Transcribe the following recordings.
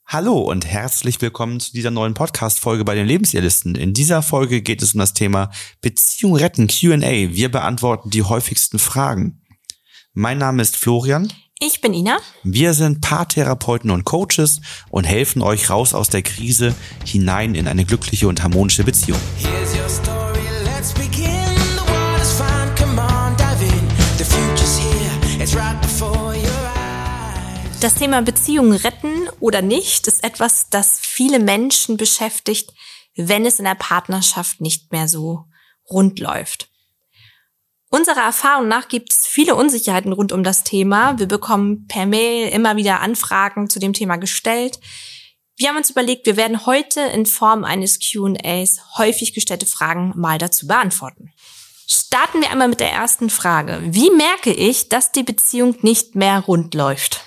Hallo und herzlich willkommen zu dieser neuen Podcast-Folge bei den Lebensidealisten. In dieser Folge geht es um das Thema Beziehung retten, Q&A. Wir beantworten die häufigsten Fragen. Mein Name ist Florian. Ich bin Ina. Wir sind Paartherapeuten und Coaches und helfen euch raus aus der Krise hinein in eine glückliche und harmonische Beziehung. Here's your story, let's begin. The world is fine, come on, dive in. The future's here, it's right before your eyes. Das Thema Beziehungen retten oder nicht ist etwas, das viele Menschen beschäftigt, wenn es in der Partnerschaft nicht mehr so rund läuft. Unserer Erfahrung nach gibt es viele Unsicherheiten rund um das Thema. Wir bekommen per Mail immer wieder Anfragen zu dem Thema gestellt. Wir haben uns überlegt, wir werden heute in Form eines Q&As häufig gestellte Fragen mal dazu beantworten. Starten wir einmal mit der ersten Frage. Wie merke ich, dass die Beziehung nicht mehr rund läuft?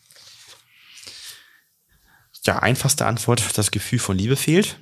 Ja, einfachste Antwort, das Gefühl von Liebe fehlt.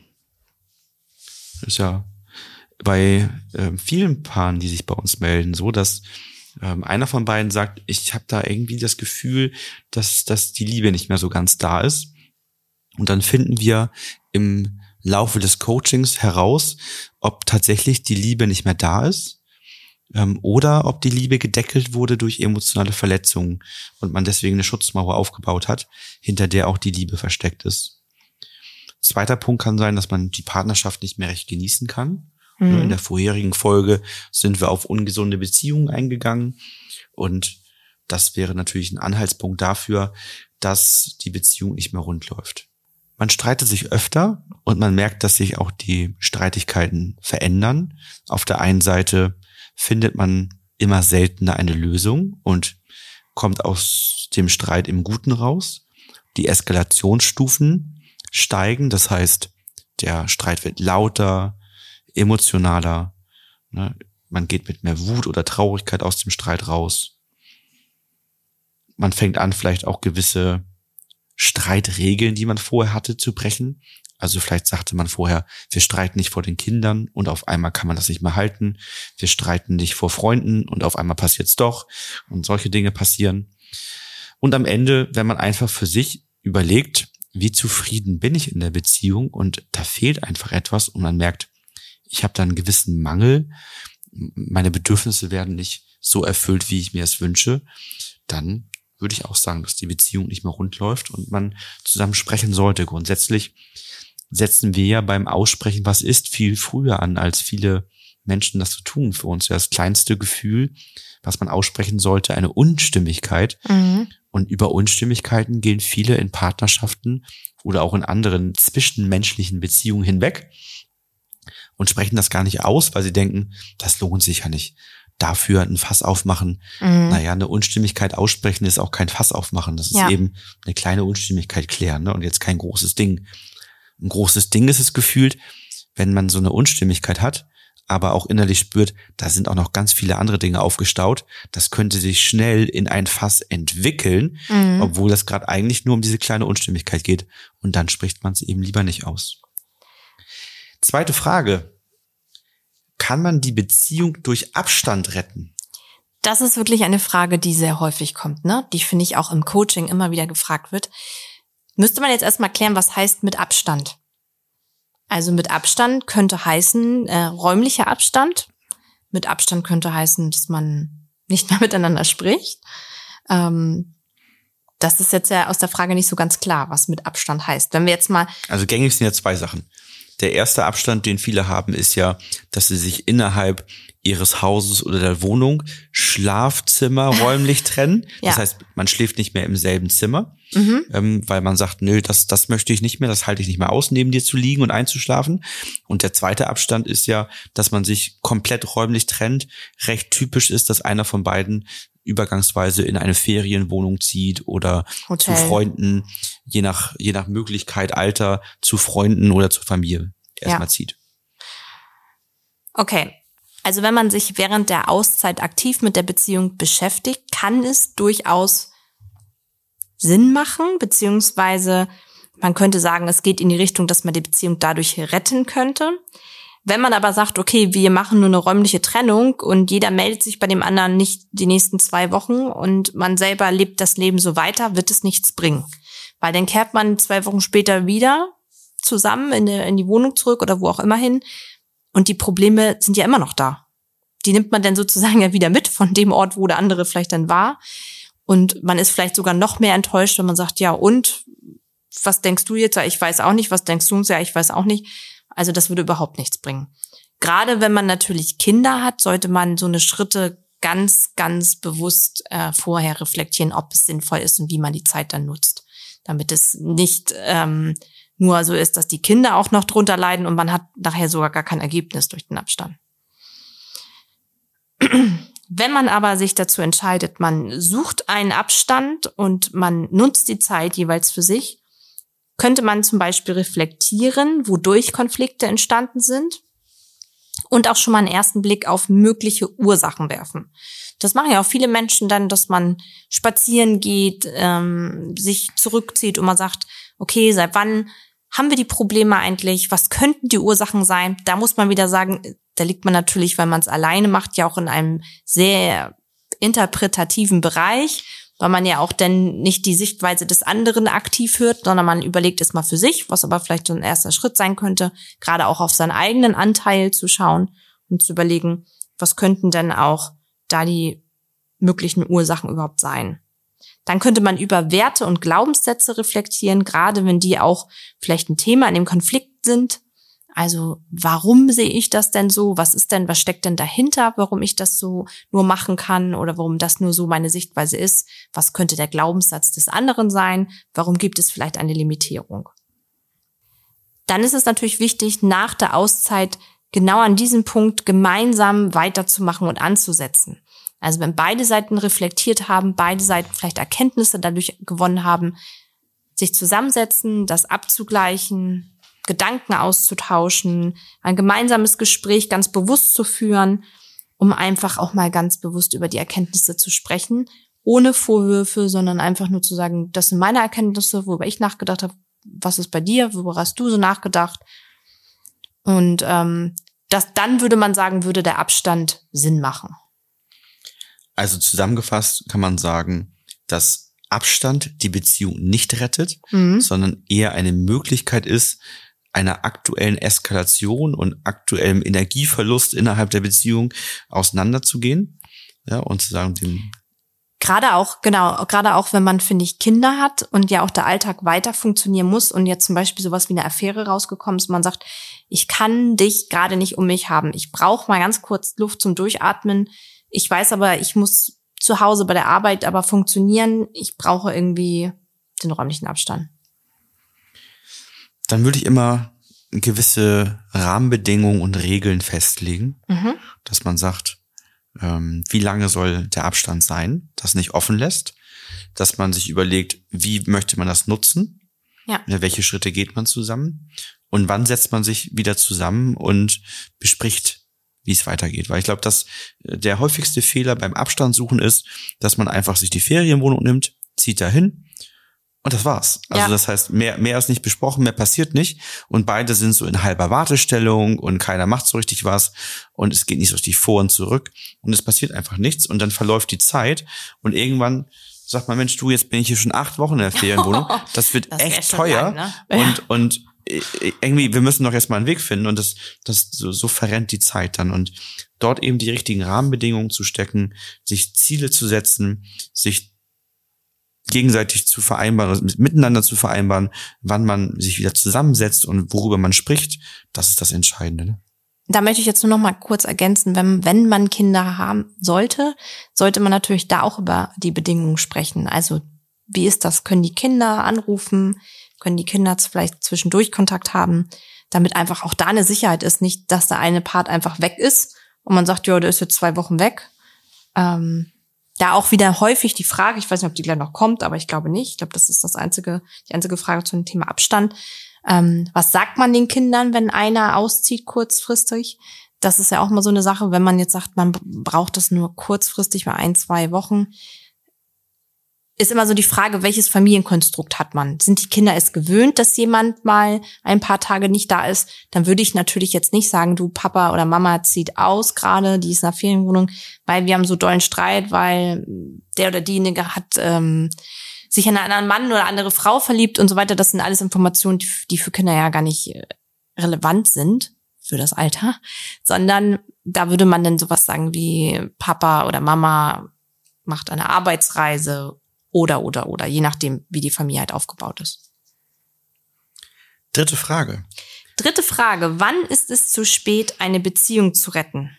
Ist ja bei vielen Paaren, die sich bei uns melden, so, dass einer von beiden sagt, ich habe da irgendwie das Gefühl, dass die Liebe nicht mehr so ganz da ist. Und dann finden wir im Laufe des Coachings heraus, ob tatsächlich die Liebe nicht mehr da ist oder ob die Liebe gedeckelt wurde durch emotionale Verletzungen und man deswegen eine Schutzmauer aufgebaut hat, hinter der auch die Liebe versteckt ist. Zweiter Punkt kann sein, dass man die Partnerschaft nicht mehr recht genießen kann. In der vorherigen Folge sind wir auf ungesunde Beziehungen eingegangen und das wäre natürlich ein Anhaltspunkt dafür, dass die Beziehung nicht mehr rund läuft. Man streitet sich öfter und man merkt, dass sich auch die Streitigkeiten verändern. Auf der einen Seite findet man immer seltener eine Lösung und kommt aus dem Streit im Guten raus. Die Eskalationsstufen steigen, das heißt, der Streit wird lauter, emotionaler, ne? Man geht mit mehr Wut oder Traurigkeit aus dem Streit raus. Man fängt an, vielleicht auch gewisse Streitregeln, die man vorher hatte, zu brechen. Also vielleicht sagte man vorher, wir streiten nicht vor den Kindern und auf einmal kann man das nicht mehr halten. Wir streiten nicht vor Freunden und auf einmal passiert's doch und solche Dinge passieren. Und am Ende, wenn man einfach für sich überlegt, wie zufrieden bin ich in der Beziehung und da fehlt einfach etwas und man merkt, ich habe da einen gewissen Mangel, meine Bedürfnisse werden nicht so erfüllt, wie ich mir es wünsche, dann würde ich auch sagen, dass die Beziehung nicht mehr rund läuft und man zusammen sprechen sollte. Grundsätzlich setzen wir ja beim Aussprechen, was ist, viel früher an, als viele Menschen das zu tun. Für uns ja das kleinste Gefühl, was man aussprechen sollte, eine Unstimmigkeit. Und über Unstimmigkeiten gehen viele in Partnerschaften oder auch in anderen zwischenmenschlichen Beziehungen hinweg und sprechen das gar nicht aus, weil sie denken, das lohnt sich ja nicht. Dafür ein Fass aufmachen. Naja, eine Unstimmigkeit aussprechen ist auch kein Fass aufmachen. Das ist eben eine kleine Unstimmigkeit klären, ne? Und jetzt kein großes Ding. Ein großes Ding ist es gefühlt, wenn man so eine Unstimmigkeit hat, aber auch innerlich spürt, da sind auch noch ganz viele andere Dinge aufgestaut. Das könnte sich schnell in ein Fass entwickeln, obwohl das gerade eigentlich nur um diese kleine Unstimmigkeit geht. Und dann spricht man es eben lieber nicht aus. Zweite Frage. Kann man die Beziehung durch Abstand retten? Das ist wirklich eine Frage, die sehr häufig kommt, ne? Die, finde ich, auch im Coaching immer wieder gefragt wird. Müsste man jetzt erstmal klären, was heißt mit Abstand? Also mit Abstand könnte heißen räumlicher Abstand. Mit Abstand könnte heißen, dass man nicht mehr miteinander spricht. Das ist jetzt ja aus der Frage nicht so ganz klar, was mit Abstand heißt. Wenn wir jetzt mal... Also gängig sind ja zwei Sachen. Der erste Abstand, den viele haben, ist ja, dass sie sich innerhalb ihres Hauses oder der Wohnung Schlafzimmer räumlich trennen. Das heißt, man schläft nicht mehr im selben Zimmer, weil man sagt, nö, das möchte ich nicht mehr, das halte ich nicht mehr aus, neben dir zu liegen und einzuschlafen. Und der zweite Abstand ist ja, dass man sich komplett räumlich trennt. Recht typisch ist, dass einer von beiden übergangsweise in eine Ferienwohnung zieht oder Hotel. zu Freunden, je nach Möglichkeit, Alter, zu Freunden oder zur Familie erstmal zieht. Okay, also wenn man sich während der Auszeit aktiv mit der Beziehung beschäftigt, kann es durchaus Sinn machen, beziehungsweise man könnte sagen, es geht in die Richtung, dass man die Beziehung dadurch retten könnte. Wenn man aber sagt, okay, wir machen nur eine räumliche Trennung und jeder meldet sich bei dem anderen nicht die nächsten 2 Wochen und man selber lebt das Leben so weiter, wird es nichts bringen. Weil dann kehrt man 2 Wochen später wieder zusammen in die Wohnung zurück oder wo auch immer hin. Und die Probleme sind ja immer noch da. Die nimmt man dann sozusagen ja wieder mit von dem Ort, wo der andere vielleicht dann war. Und man ist vielleicht sogar noch mehr enttäuscht, wenn man sagt, ja und, was denkst du jetzt? Ja, ich weiß auch nicht. Was denkst du uns? Ja, ich weiß auch nicht. Also das würde überhaupt nichts bringen. Gerade wenn man natürlich Kinder hat, sollte man so eine Schritte ganz, ganz bewusst vorher reflektieren, ob es sinnvoll ist und wie man die Zeit dann nutzt. Damit es nicht nur so ist, dass die Kinder auch noch drunter leiden und man hat nachher sogar gar kein Ergebnis durch den Abstand. Wenn man aber sich dazu entscheidet, man sucht einen Abstand und man nutzt die Zeit jeweils für sich, könnte man zum Beispiel reflektieren, wodurch Konflikte entstanden sind und auch schon mal einen ersten Blick auf mögliche Ursachen werfen. Das machen ja auch viele Menschen dann, dass man spazieren geht, sich zurückzieht und man sagt, okay, seit wann haben wir die Probleme eigentlich? Was könnten die Ursachen sein? Da muss man wieder sagen, da liegt man natürlich, weil man es alleine macht, ja auch in einem sehr interpretativen Bereich, weil man ja auch dann nicht die Sichtweise des anderen aktiv hört, sondern man überlegt es mal für sich, was aber vielleicht so ein erster Schritt sein könnte, gerade auch auf seinen eigenen Anteil zu schauen und zu überlegen, was könnten denn auch da die möglichen Ursachen überhaupt sein. Dann könnte man über Werte und Glaubenssätze reflektieren, gerade wenn die auch vielleicht ein Thema in dem Konflikt sind. Also warum sehe ich das denn so? Was steckt denn dahinter, warum ich das so nur machen kann oder warum das nur so meine Sichtweise ist? Was könnte der Glaubenssatz des anderen sein? Warum gibt es vielleicht eine Limitierung? Dann ist es natürlich wichtig, nach der Auszeit genau an diesem Punkt gemeinsam weiterzumachen und anzusetzen. Also wenn beide Seiten reflektiert haben, beide Seiten vielleicht Erkenntnisse dadurch gewonnen haben, sich zusammensetzen, das abzugleichen, Gedanken auszutauschen, ein gemeinsames Gespräch ganz bewusst zu führen, um einfach auch mal ganz bewusst über die Erkenntnisse zu sprechen, ohne Vorwürfe, sondern einfach nur zu sagen, das sind meine Erkenntnisse, worüber ich nachgedacht habe, was ist bei dir, worüber hast du so nachgedacht? Und dann würde man sagen, würde der Abstand Sinn machen. Also zusammengefasst kann man sagen, dass Abstand die Beziehung nicht rettet, sondern eher eine Möglichkeit ist, einer aktuellen Eskalation und aktuellem Energieverlust innerhalb der Beziehung auseinanderzugehen, ja, und zu sagen, gerade auch, wenn man, finde ich, Kinder hat und ja auch der Alltag weiter funktionieren muss und jetzt zum Beispiel sowas wie eine Affäre rausgekommen ist, man sagt, ich kann dich gerade nicht um mich haben, ich brauche mal ganz kurz Luft zum Durchatmen, ich weiß aber, ich muss zu Hause bei der Arbeit aber funktionieren, ich brauche irgendwie den räumlichen Abstand. Dann würde ich immer gewisse Rahmenbedingungen und Regeln festlegen, dass man sagt, wie lange soll der Abstand sein, das nicht offen lässt, dass man sich überlegt, wie möchte man das nutzen, welche Schritte geht man zusammen und wann setzt man sich wieder zusammen und bespricht, wie es weitergeht. Weil ich glaube, dass der häufigste Fehler beim Abstandssuchen ist, dass man einfach sich die Ferienwohnung nimmt, zieht dahin und das war's. Also das heißt, mehr ist nicht besprochen, mehr passiert nicht und beide sind so in halber Wartestellung und keiner macht so richtig was und es geht nicht so richtig vor und zurück und es passiert einfach nichts und dann verläuft die Zeit und irgendwann sagt man, Mensch, du, jetzt bin ich hier schon 8 Wochen in der Ferienwohnung, das wird echt teuer, lang, ne? und irgendwie, wir müssen doch jetzt mal einen Weg finden und das so verrennt die Zeit dann und dort eben die richtigen Rahmenbedingungen zu stecken, sich Ziele zu setzen, sich gegenseitig zu vereinbaren, miteinander zu vereinbaren, wann man sich wieder zusammensetzt und worüber man spricht, das ist das Entscheidende. Ne? Da möchte ich jetzt nur noch mal kurz ergänzen, wenn man Kinder haben sollte man natürlich da auch über die Bedingungen sprechen. Also wie ist das? Können die Kinder anrufen? Können die Kinder vielleicht zwischendurch Kontakt haben? Damit einfach auch da eine Sicherheit ist, nicht, dass der eine Part einfach weg ist und man sagt, ja, der ist jetzt 2 Wochen weg. Da auch wieder häufig die Frage, ich weiß nicht, ob die gleich noch kommt, aber ich glaube nicht. Ich glaube, das ist die einzige Frage zu dem Thema Abstand. Was sagt man den Kindern, wenn einer auszieht kurzfristig? Das ist ja auch mal so eine Sache, wenn man jetzt sagt, man braucht das nur kurzfristig mal 1-2 Wochen. Ist immer so die Frage, welches Familienkonstrukt hat man? Sind die Kinder es gewöhnt, dass jemand mal ein paar Tage nicht da ist? Dann würde ich natürlich jetzt nicht sagen, du Papa oder Mama zieht aus gerade, die ist in der Ferienwohnung, weil wir haben so dollen Streit, weil der oder diejenige hat sich in einen anderen Mann oder andere Frau verliebt und so weiter. Das sind alles Informationen, die für Kinder ja gar nicht relevant sind für das Alter, sondern da würde man dann sowas sagen wie Papa oder Mama macht eine Arbeitsreise oder, je nachdem, wie die Familie halt aufgebaut ist. Dritte Frage. Wann ist es zu spät, eine Beziehung zu retten?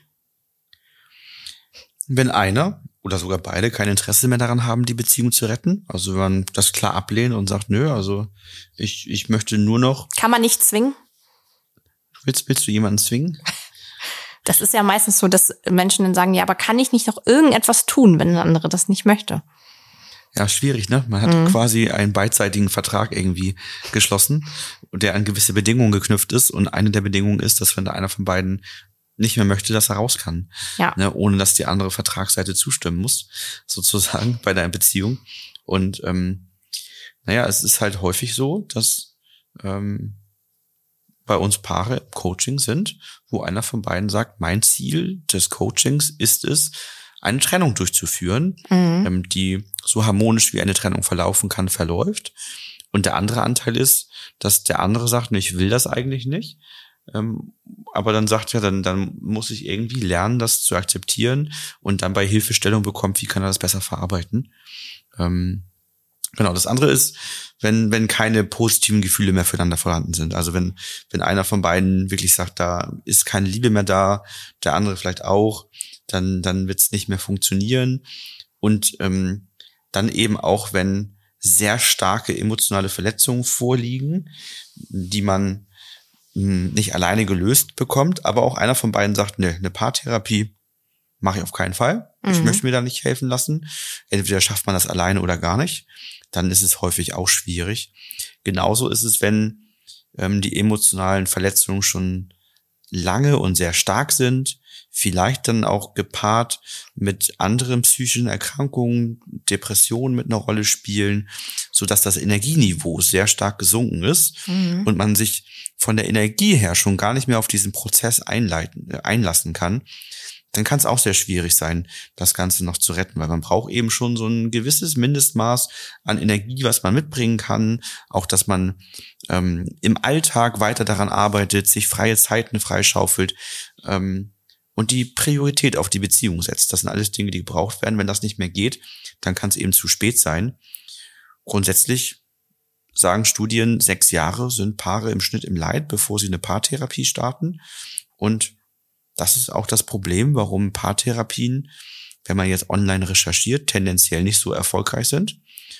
Wenn einer oder sogar beide kein Interesse mehr daran haben, die Beziehung zu retten, also wenn man das klar ablehnt und sagt, nö, also ich möchte nur noch... Kann man nicht zwingen? Willst du jemanden zwingen? Das ist ja meistens so, dass Menschen dann sagen, ja, aber kann ich nicht noch irgendetwas tun, wenn ein anderer das nicht möchte? Ja, schwierig, ne? Man hat quasi einen beidseitigen Vertrag irgendwie geschlossen, der an gewisse Bedingungen geknüpft ist. Und eine der Bedingungen ist, dass wenn da einer von beiden nicht mehr möchte, dass er raus kann. Ja. Ne? Ohne dass die andere Vertragsseite zustimmen muss, sozusagen, bei deiner Beziehung. Und es ist halt häufig so, dass bei uns Paare im Coaching sind, wo einer von beiden sagt, mein Ziel des Coachings ist es, eine Trennung durchzuführen, die so harmonisch wie eine Trennung verlaufen kann, verläuft. Und der andere Anteil ist, dass der andere sagt, nee, ich will das eigentlich nicht. Aber dann sagt er, dann muss ich irgendwie lernen, das zu akzeptieren und dann bei Hilfestellung bekommt, wie kann er das besser verarbeiten. Genau, das andere ist, wenn keine positiven Gefühle mehr füreinander vorhanden sind. Also wenn einer von beiden wirklich sagt, da ist keine Liebe mehr da, der andere vielleicht auch, dann wird es nicht mehr funktionieren. Und dann eben auch, wenn sehr starke emotionale Verletzungen vorliegen, die man nicht alleine gelöst bekommt, aber auch einer von beiden sagt, ne, eine Paartherapie mache ich auf keinen Fall. Ich möchte mir da nicht helfen lassen. Entweder schafft man das alleine oder gar nicht. Dann ist es häufig auch schwierig. Genauso ist es, wenn die emotionalen Verletzungen schon lange und sehr stark sind, vielleicht dann auch gepaart mit anderen psychischen Erkrankungen, Depressionen mit einer Rolle spielen, sodass das Energieniveau sehr stark gesunken ist und man sich von der Energie her schon gar nicht mehr auf diesen Prozess einlassen kann. Dann kann es auch sehr schwierig sein, das Ganze noch zu retten, weil man braucht eben schon so ein gewisses Mindestmaß an Energie, was man mitbringen kann, auch dass man im Alltag weiter daran arbeitet, sich freie Zeiten freischaufelt und die Priorität auf die Beziehung setzt. Das sind alles Dinge, die gebraucht werden. Wenn das nicht mehr geht, dann kann es eben zu spät sein. Grundsätzlich sagen Studien, 6 Jahre sind Paare im Schnitt im Leid, bevor sie eine Paartherapie starten. Und das ist auch das Problem, warum Paartherapien, wenn man jetzt online recherchiert, tendenziell nicht so erfolgreich sind.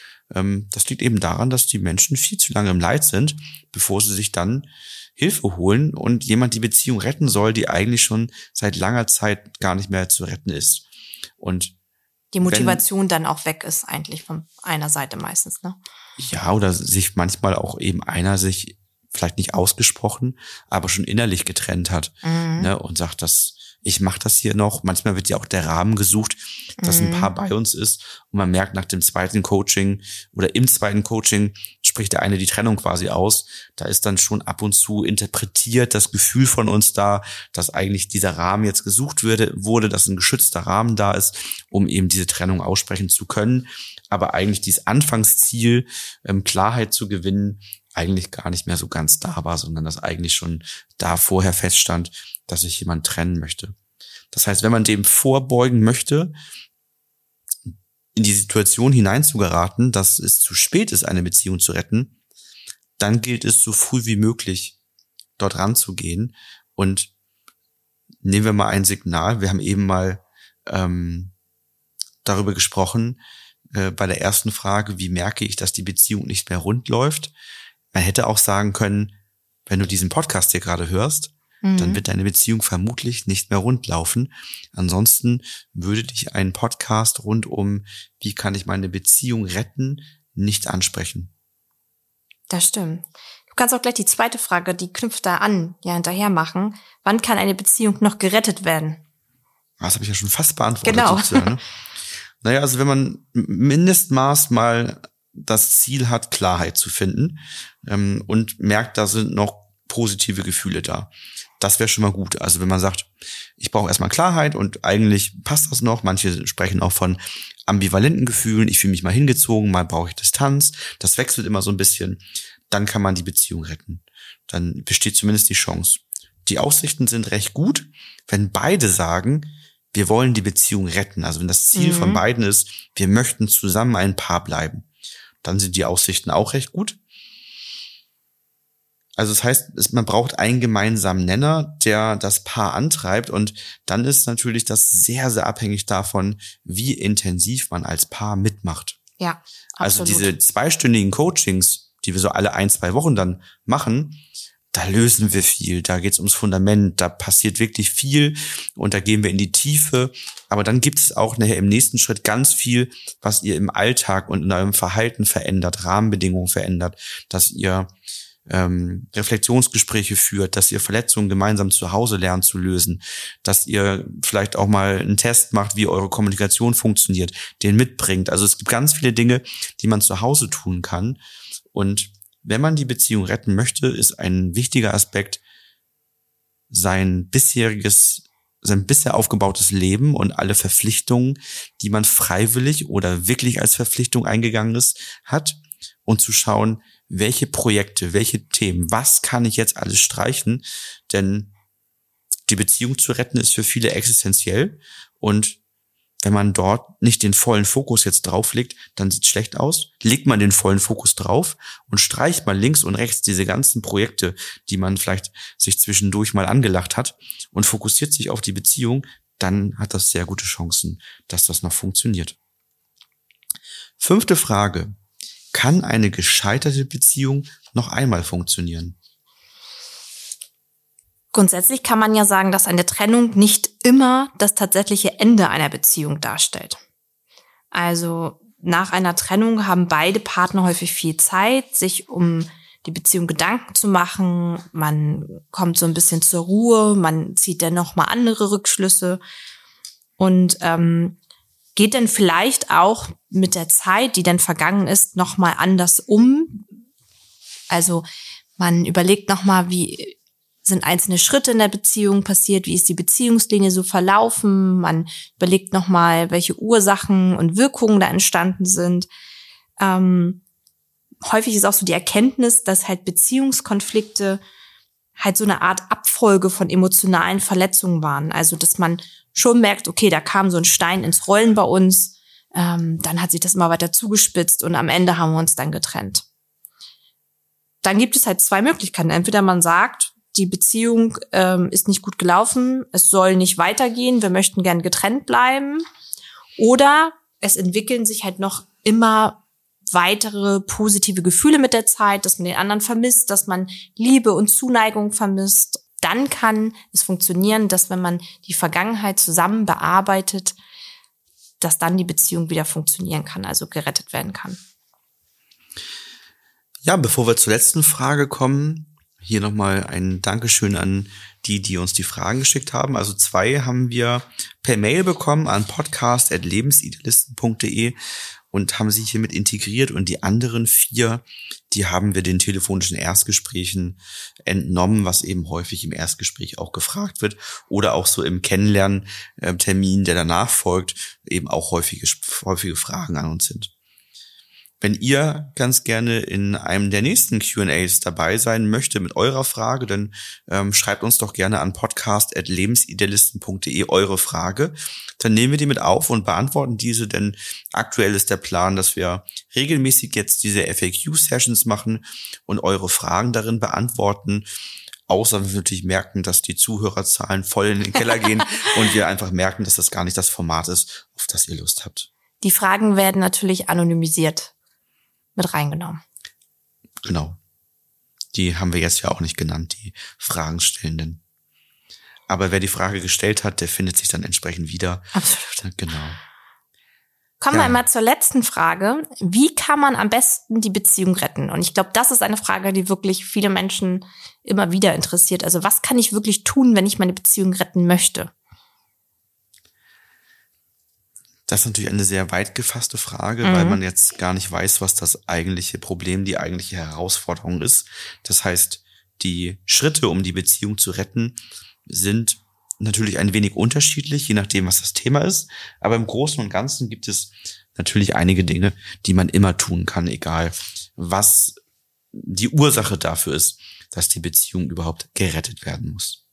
Das liegt eben daran, dass die Menschen viel zu lange im Leid sind, bevor sie sich dann Hilfe holen und jemand die Beziehung retten soll, die eigentlich schon seit langer Zeit gar nicht mehr zu retten ist. Und die Motivation dann auch weg ist eigentlich von einer Seite meistens, ne? Ja, oder sich manchmal auch eben einer sich vielleicht nicht ausgesprochen, aber schon innerlich getrennt hat, ne, und sagt, dass ich mache das hier noch. Manchmal wird ja auch der Rahmen gesucht, dass ein Paar bei uns ist und man merkt nach dem zweiten Coaching oder im zweiten Coaching spricht der eine die Trennung quasi aus. Da ist dann schon ab und zu interpretiert das Gefühl von uns da, dass eigentlich dieser Rahmen jetzt gesucht wurde, dass ein geschützter Rahmen da ist, um eben diese Trennung aussprechen zu können. Aber eigentlich dieses Anfangsziel, Klarheit zu gewinnen, eigentlich gar nicht mehr so ganz da war, sondern dass eigentlich schon da vorher feststand, dass sich jemand trennen möchte. Das heißt, wenn man dem vorbeugen möchte, in die Situation hineinzugeraten, dass es zu spät ist, eine Beziehung zu retten, dann gilt es so früh wie möglich, dort ranzugehen. Und nehmen wir mal ein Signal. Wir haben eben mal darüber gesprochen, bei der ersten Frage, wie merke ich, dass die Beziehung nicht mehr rund läuft? Man hätte auch sagen können, wenn du diesen Podcast hier gerade hörst, dann wird deine Beziehung vermutlich nicht mehr rund laufen. Ansonsten würde dich ein Podcast rund um, wie kann ich meine Beziehung retten, nicht ansprechen. Das stimmt. Du kannst auch gleich die zweite Frage, die knüpft da an, ja, hinterher machen. Wann kann eine Beziehung noch gerettet werden? Das habe ich ja schon fast beantwortet. Genau. Sozusagen, ne? Naja, also wenn man Mindestmaß mal das Ziel hat, Klarheit zu finden und merkt, da sind noch positive Gefühle da. Das wäre schon mal gut. Also wenn man sagt, ich brauche erstmal Klarheit und eigentlich passt das noch. Manche sprechen auch von ambivalenten Gefühlen. Ich fühle mich mal hingezogen, mal brauche ich Distanz. Das wechselt immer so ein bisschen. Dann kann man die Beziehung retten. Dann besteht zumindest die Chance. Die Aussichten sind recht gut, wenn beide sagen, wir wollen die Beziehung retten. Also wenn das Ziel von beiden ist, wir möchten zusammen ein Paar bleiben, dann sind die Aussichten auch recht gut. Also das heißt, man braucht einen gemeinsamen Nenner, der das Paar antreibt, und dann ist natürlich das sehr, sehr abhängig davon, wie intensiv man als Paar mitmacht. Ja, also absolut. diese 2-stündigen Coachings, die wir so alle 1-2 Wochen dann machen, da lösen wir viel, da geht's ums Fundament, da passiert wirklich viel und da gehen wir in die Tiefe. Aber dann gibt es auch nachher im nächsten Schritt ganz viel, was ihr im Alltag und in eurem Verhalten verändert, Rahmenbedingungen verändert, dass ihr Reflexionsgespräche führt, dass ihr Verletzungen gemeinsam zu Hause lernt zu lösen, dass ihr vielleicht auch mal einen Test macht, wie eure Kommunikation funktioniert, den mitbringt. Also es gibt ganz viele Dinge, die man zu Hause tun kann. Und wenn man die Beziehung retten möchte, ist ein wichtiger Aspekt sein bisher aufgebautes Leben und alle Verpflichtungen, die man freiwillig oder wirklich als Verpflichtung eingegangen ist, hat, und zu schauen, welche Projekte, welche Themen, was kann ich jetzt alles streichen, denn die Beziehung zu retten ist für viele existenziell, und wenn man dort nicht den vollen Fokus jetzt drauf legt, dann sieht es schlecht aus. Legt man den vollen Fokus drauf und streicht mal links und rechts diese ganzen Projekte, die man vielleicht sich zwischendurch mal angelacht hat, und fokussiert sich auf die Beziehung, dann hat das sehr gute Chancen, dass das noch funktioniert. 5. Frage. Kann eine gescheiterte Beziehung noch einmal funktionieren? Grundsätzlich kann man ja sagen, dass eine Trennung nicht immer das tatsächliche Ende einer Beziehung darstellt. Also nach einer Trennung haben beide Partner häufig viel Zeit, sich um die Beziehung Gedanken zu machen. Man kommt so ein bisschen zur Ruhe, man zieht dann nochmal andere Rückschlüsse und geht dann vielleicht auch mit der Zeit, die dann vergangen ist, nochmal anders um. Also man überlegt nochmal, wie sind einzelne Schritte in der Beziehung passiert, wie ist die Beziehungslinie so verlaufen. Man überlegt nochmal, welche Ursachen und Wirkungen da entstanden sind. Häufig ist auch so die Erkenntnis, dass halt Beziehungskonflikte halt so eine Art Abfolge von emotionalen Verletzungen waren. Also dass man schon merkt, okay, da kam so ein Stein ins Rollen bei uns, dann hat sich das immer weiter zugespitzt und am Ende haben wir uns dann getrennt. Dann gibt es halt 2 Möglichkeiten. Entweder man sagt, die Beziehung ist nicht gut gelaufen, es soll nicht weitergehen, wir möchten gern getrennt bleiben. Oder es entwickeln sich halt noch immer weitere positive Gefühle mit der Zeit, dass man den anderen vermisst, dass man Liebe und Zuneigung vermisst. Dann kann es funktionieren, dass wenn man die Vergangenheit zusammen bearbeitet, dass dann die Beziehung wieder funktionieren kann, also gerettet werden kann. Ja, bevor wir zur letzten Frage kommen, hier nochmal ein Dankeschön an die uns die Fragen geschickt haben. Also 2 haben wir per Mail bekommen an podcast@lebensidealisten.de und haben sie hiermit integriert, und die anderen 4, die haben wir den telefonischen Erstgesprächen entnommen, was eben häufig im Erstgespräch auch gefragt wird oder auch so im Kennenlerntermin, der danach folgt, eben auch häufige Fragen an uns sind. Wenn ihr ganz gerne in einem der nächsten Q&As dabei sein möchtet mit eurer Frage, dann schreibt uns doch gerne an podcast@lebensidealisten.de eure Frage. Dann nehmen wir die mit auf und beantworten diese, denn aktuell ist der Plan, dass wir regelmäßig jetzt diese FAQ-Sessions machen und eure Fragen darin beantworten. Außer wir natürlich merken, dass die Zuhörerzahlen voll in den Keller gehen und wir einfach merken, dass das gar nicht das Format ist, auf das ihr Lust habt. Die Fragen werden natürlich anonymisiert mit reingenommen. Genau. Die haben wir jetzt ja auch nicht genannt, die Fragenstellenden. Aber wer die Frage gestellt hat, der findet sich dann entsprechend wieder. Absolut. Genau. Kommen wir einmal zur letzten Frage. Wie kann man am besten die Beziehung retten? Und ich glaube, das ist eine Frage, die wirklich viele Menschen immer wieder interessiert. Also was kann ich wirklich tun, wenn ich meine Beziehung retten möchte? Das ist natürlich eine sehr weit gefasste Frage, weil man jetzt gar nicht weiß, was das eigentliche Problem, die eigentliche Herausforderung ist. Das heißt, die Schritte, um die Beziehung zu retten, sind natürlich ein wenig unterschiedlich, je nachdem, was das Thema ist. Aber im Großen und Ganzen gibt es natürlich einige Dinge, die man immer tun kann, egal was die Ursache dafür ist, dass die Beziehung überhaupt gerettet werden muss.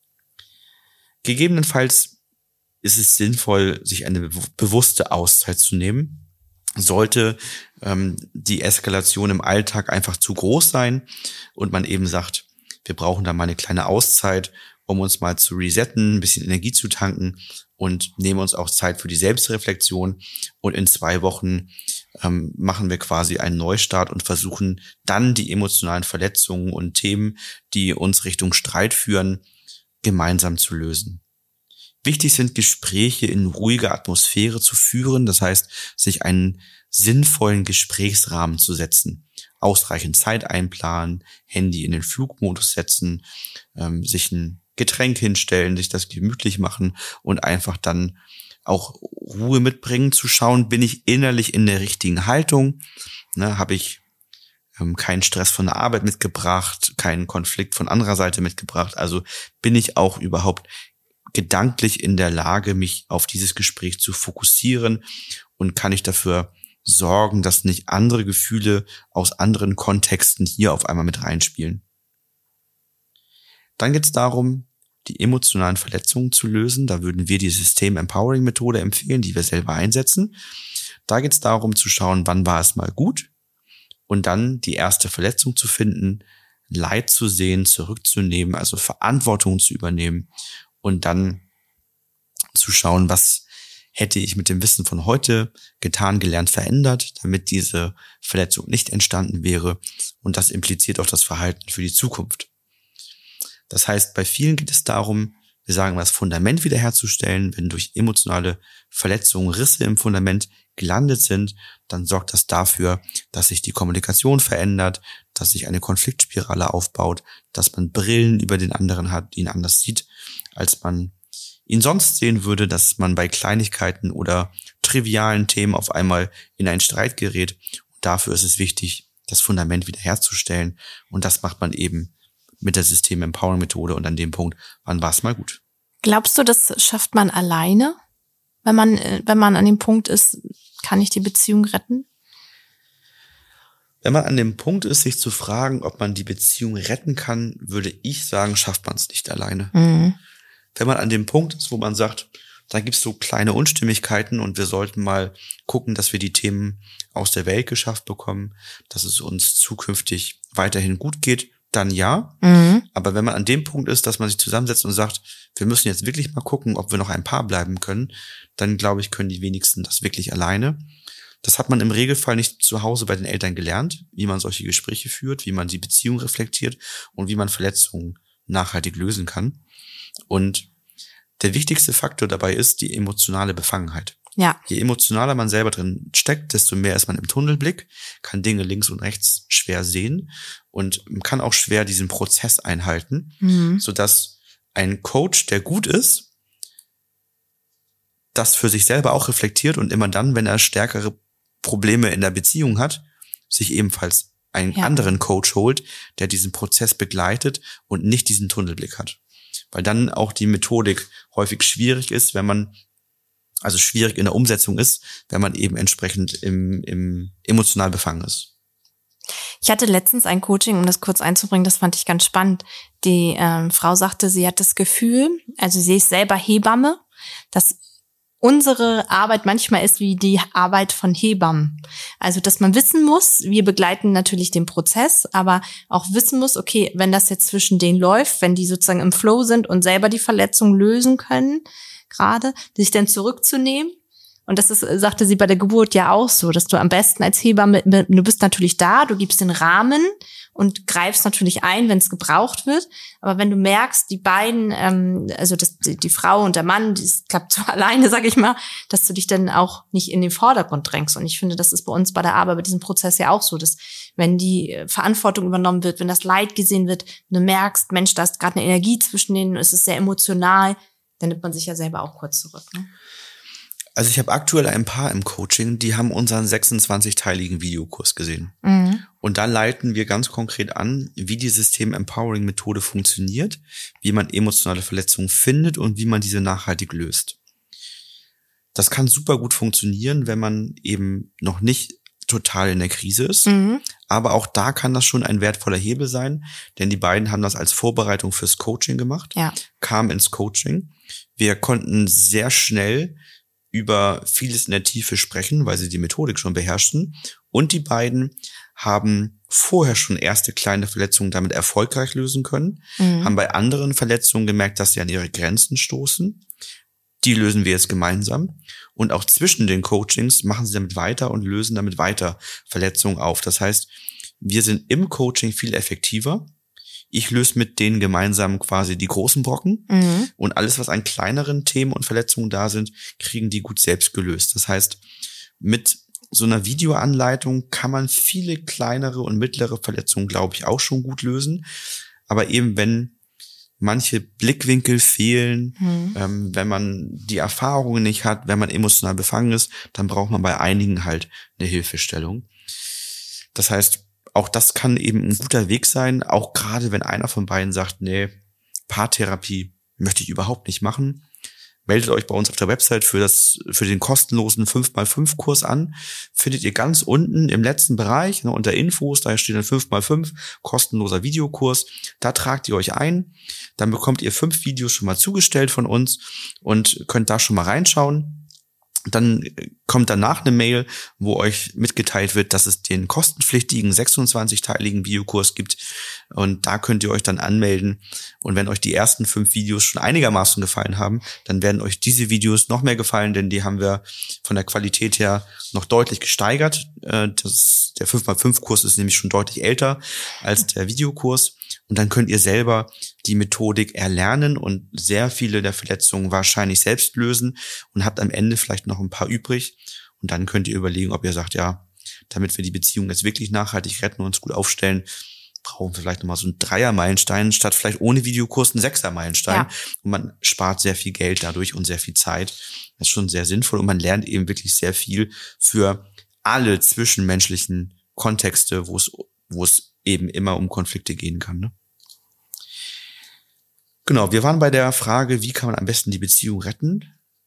Gegebenenfalls ist es sinnvoll, sich eine bewusste Auszeit zu nehmen. Sollte die Eskalation im Alltag einfach zu groß sein und man eben sagt, wir brauchen da mal eine kleine Auszeit, um uns mal zu resetten, ein bisschen Energie zu tanken und nehmen uns auch Zeit für die Selbstreflexion. Und in 2 Wochen machen wir quasi einen Neustart und versuchen dann die emotionalen Verletzungen und Themen, die uns Richtung Streit führen, gemeinsam zu lösen. Wichtig sind Gespräche in ruhiger Atmosphäre zu führen, das heißt, sich einen sinnvollen Gesprächsrahmen zu setzen. Ausreichend Zeit einplanen, Handy in den Flugmodus setzen, sich ein Getränk hinstellen, sich das gemütlich machen und einfach dann auch Ruhe mitbringen, zu schauen, bin ich innerlich in der richtigen Haltung, habe ich keinen Stress von der Arbeit mitgebracht, keinen Konflikt von anderer Seite mitgebracht, also bin ich auch überhaupt gedanklich in der Lage, mich auf dieses Gespräch zu fokussieren und kann ich dafür sorgen, dass nicht andere Gefühle aus anderen Kontexten hier auf einmal mit reinspielen. Dann geht es darum, die emotionalen Verletzungen zu lösen. Da würden wir die System-Empowering-Methode empfehlen, die wir selber einsetzen. Da geht es darum zu schauen, wann war es mal gut und dann die erste Verletzung zu finden, Leid zu sehen, zurückzunehmen, also Verantwortung zu übernehmen und dann zu schauen, was hätte ich mit dem Wissen von heute getan, gelernt, verändert, damit diese Verletzung nicht entstanden wäre. Und das impliziert auch das Verhalten für die Zukunft. Das heißt, bei vielen geht es darum, wir sagen mal, das Fundament wiederherzustellen. Wenn durch emotionale Verletzungen Risse im Fundament gelandet sind, dann sorgt das dafür, dass sich die Kommunikation verändert, dass sich eine Konfliktspirale aufbaut, dass man Brillen über den anderen hat, die ihn anders sieht, als man ihn sonst sehen würde, dass man bei Kleinigkeiten oder trivialen Themen auf einmal in einen Streit gerät. Und dafür ist es wichtig, das Fundament wiederherzustellen. Und das macht man eben mit der System-Empowering-Methode und an dem Punkt, wann war es mal gut. Glaubst du, das schafft man alleine? Wenn man an dem Punkt ist, kann ich die Beziehung retten? Wenn man an dem Punkt ist, sich zu fragen, ob man die Beziehung retten kann, würde ich sagen, schafft man es nicht alleine. Mhm. Wenn man an dem Punkt ist, wo man sagt, da gibt es so kleine Unstimmigkeiten und wir sollten mal gucken, dass wir die Themen aus der Welt geschafft bekommen, dass es uns zukünftig weiterhin gut geht, dann ja. Mhm. Aber wenn man an dem Punkt ist, dass man sich zusammensetzt und sagt, wir müssen jetzt wirklich mal gucken, ob wir noch ein Paar bleiben können, dann glaube ich, können die wenigsten das wirklich alleine. Das hat man im Regelfall nicht zu Hause bei den Eltern gelernt, wie man solche Gespräche führt, wie man die Beziehung reflektiert und wie man Verletzungen nachhaltig lösen kann. Und der wichtigste Faktor dabei ist die emotionale Befangenheit. Ja. Je emotionaler man selber drin steckt, desto mehr ist man im Tunnelblick, kann Dinge links und rechts schwer sehen und kann auch schwer diesen Prozess einhalten, sodass ein Coach, der gut ist, das für sich selber auch reflektiert und immer dann, wenn er stärkere Probleme in der Beziehung hat, sich ebenfalls einen anderen Coach holt, der diesen Prozess begleitet und nicht diesen Tunnelblick hat. Weil dann auch die Methodik häufig schwierig ist, also schwierig in der Umsetzung ist, wenn man eben entsprechend im emotional befangen ist. Ich hatte letztens ein Coaching, um das kurz einzubringen, das fand ich ganz spannend. Die Frau sagte, sie hat das Gefühl, also sie ist selber Hebamme, dass unsere Arbeit manchmal ist wie die Arbeit von Hebammen. Also, dass man wissen muss, wir begleiten natürlich den Prozess, aber auch wissen muss, okay, wenn das jetzt zwischen denen läuft, wenn die sozusagen im Flow sind und selber die Verletzung lösen können, gerade, sich dann zurückzunehmen. Und das ist, sagte sie bei der Geburt ja auch so, dass du am besten als Hebamme, du bist natürlich da, du gibst den Rahmen und greifst natürlich ein, wenn es gebraucht wird. Aber wenn du merkst, die beiden, also die Frau und der Mann, das klappt so alleine, sag ich mal, dass du dich dann auch nicht in den Vordergrund drängst. Und ich finde, das ist bei uns bei der Arbeit, bei diesem Prozess ja auch so, dass wenn die Verantwortung übernommen wird, wenn das Leid gesehen wird, du merkst, Mensch, da ist gerade eine Energie zwischen denen, es ist sehr emotional, dann nimmt man sich ja selber auch kurz zurück. Ne? Also ich habe aktuell ein Paar im Coaching, die haben unseren 26-teiligen Videokurs gesehen. Und da leiten wir ganz konkret an, wie die System-Empowering-Methode funktioniert, wie man emotionale Verletzungen findet und wie man diese nachhaltig löst. Das kann super gut funktionieren, wenn man eben noch nicht total in der Krise ist. Aber auch da kann das schon ein wertvoller Hebel sein, denn die beiden haben das als Vorbereitung fürs Coaching gemacht, kamen ins Coaching. Wir konnten sehr schnell über vieles in der Tiefe sprechen, weil sie die Methodik schon beherrschten. Und die beiden haben vorher schon erste kleine Verletzungen damit erfolgreich lösen können, haben bei anderen Verletzungen gemerkt, dass sie an ihre Grenzen stoßen. Die lösen wir jetzt gemeinsam. Und auch zwischen den Coachings machen sie damit weiter und lösen damit weiter Verletzungen auf. Das heißt, wir sind im Coaching viel effektiver. Ich löse mit denen gemeinsam quasi die großen Brocken und alles, was an kleineren Themen und Verletzungen da sind, kriegen die gut selbst gelöst. Das heißt, mit so einer Videoanleitung kann man viele kleinere und mittlere Verletzungen, glaube ich, auch schon gut lösen. Aber eben, wenn manche Blickwinkel fehlen, wenn man die Erfahrungen nicht hat, wenn man emotional befangen ist, dann braucht man bei einigen halt eine Hilfestellung. Das heißt, auch das kann eben ein guter Weg sein, auch gerade wenn einer von beiden sagt, nee, Paartherapie möchte ich überhaupt nicht machen. Meldet euch bei uns auf der Website für den kostenlosen 5x5 an. Findet ihr ganz unten im letzten Bereich, unter Infos, da steht ein 5x5 kostenloser Videokurs. Da tragt ihr euch ein. Dann bekommt ihr 5 Videos schon mal zugestellt von uns und könnt da schon mal reinschauen. Dann kommt danach eine Mail, wo euch mitgeteilt wird, dass es den kostenpflichtigen 26-teiligen Videokurs gibt. Und da könnt ihr euch dann anmelden. Und wenn euch die ersten 5 Videos schon einigermaßen gefallen haben, dann werden euch diese Videos noch mehr gefallen, denn die haben wir von der Qualität her noch deutlich gesteigert. Der 5x5-Kurs ist nämlich schon deutlich älter als der Videokurs. Und dann könnt ihr selber die Methodik erlernen und sehr viele der Verletzungen wahrscheinlich selbst lösen und habt am Ende vielleicht noch ein paar übrig. Und dann könnt ihr überlegen, ob ihr sagt, ja, damit wir die Beziehung jetzt wirklich nachhaltig retten und uns gut aufstellen, brauchen wir vielleicht nochmal so einen 3er-Meilenstein statt vielleicht ohne Videokurs einen 6er-Meilenstein. Ja. Und man spart sehr viel Geld dadurch und sehr viel Zeit. Das ist schon sehr sinnvoll und man lernt eben wirklich sehr viel für alle zwischenmenschlichen Kontexte, wo es eben immer um Konflikte gehen kann, ne? Genau, wir waren bei der Frage, wie kann man am besten die Beziehung retten?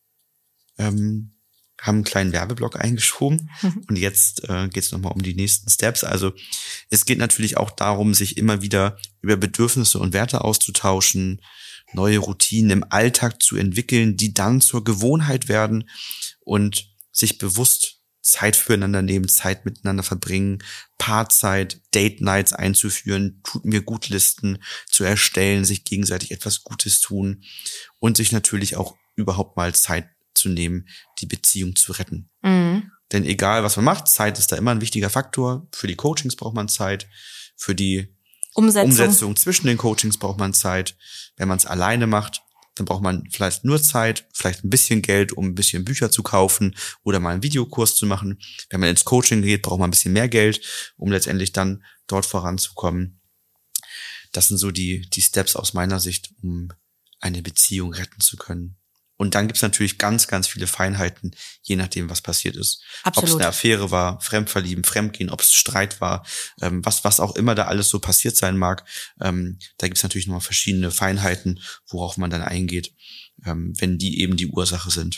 Haben einen kleinen Werbeblock eingeschoben und jetzt geht es nochmal um die nächsten Steps. Also es geht natürlich auch darum, sich immer wieder über Bedürfnisse und Werte auszutauschen, neue Routinen im Alltag zu entwickeln, die dann zur Gewohnheit werden und sich bewusst Zeit füreinander nehmen, Zeit miteinander verbringen, Paarzeit, Date Nights einzuführen, tut mir gut Listen zu erstellen, sich gegenseitig etwas Gutes tun und sich natürlich auch überhaupt mal Zeit zu nehmen, die Beziehung zu retten. Denn egal, was man macht, Zeit ist da immer ein wichtiger Faktor. Für die Coachings braucht man Zeit, für die Umsetzung zwischen den Coachings braucht man Zeit. Wenn man es alleine macht, dann braucht man vielleicht nur Zeit, vielleicht ein bisschen Geld, um ein bisschen Bücher zu kaufen oder mal einen Videokurs zu machen. Wenn man ins Coaching geht, braucht man ein bisschen mehr Geld, um letztendlich dann dort voranzukommen. Das sind so die Steps aus meiner Sicht, um eine Beziehung retten zu können. Und dann gibt's natürlich ganz, ganz viele Feinheiten, je nachdem, was passiert ist. Ob es eine Affäre war, Fremdverlieben, Fremdgehen, ob es Streit war, was auch immer da alles so passiert sein mag. Da gibt's natürlich nochmal verschiedene Feinheiten, worauf man dann eingeht, wenn die eben die Ursache sind.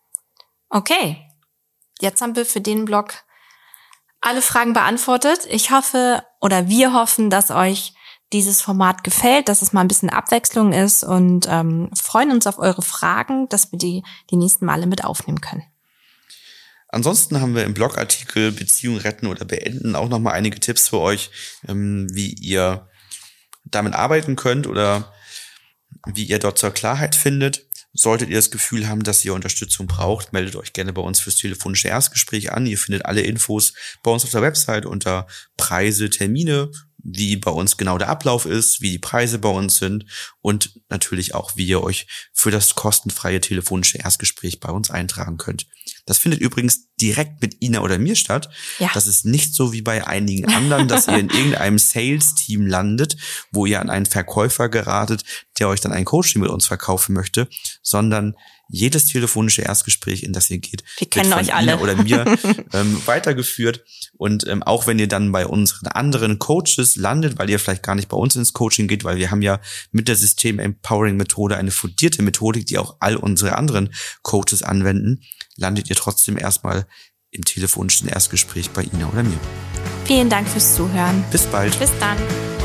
Okay, jetzt haben wir für den Blog alle Fragen beantwortet. Ich hoffe oder wir hoffen, dass euch dieses Format gefällt, dass es mal ein bisschen Abwechslung ist und freuen uns auf eure Fragen, dass wir die nächsten Male mit aufnehmen können. Ansonsten haben wir im Blogartikel Beziehung retten oder beenden auch nochmal einige Tipps für euch, wie ihr damit arbeiten könnt oder wie ihr dort zur Klarheit findet. Solltet ihr das Gefühl haben, dass ihr Unterstützung braucht, meldet euch gerne bei uns fürs telefonische Erstgespräch an. Ihr findet alle Infos bei uns auf der Website unter Preise, Termine, wie bei uns genau der Ablauf ist, wie die Preise bei uns sind und natürlich auch, wie ihr euch für das kostenfreie telefonische Erstgespräch bei uns eintragen könnt. Das findet übrigens direkt mit Ina oder mir statt. Ja. Das ist nicht so wie bei einigen anderen, dass ihr in irgendeinem Sales-Team landet, wo ihr an einen Verkäufer geratet, der euch dann ein Coaching mit uns verkaufen möchte, sondern jedes telefonische Erstgespräch, in das ihr geht, Wir kennen wird von euch alle. Ina oder mir weitergeführt. Und auch wenn ihr dann bei unseren anderen Coaches landet, weil ihr vielleicht gar nicht bei uns ins Coaching geht, weil wir haben ja mit der System-Empowering-Methode eine fundierte Methodik, die auch all unsere anderen Coaches anwenden, landet ihr trotzdem erstmal im telefonischen Erstgespräch bei Ina oder mir. Vielen Dank fürs Zuhören. Bis bald. Bis dann.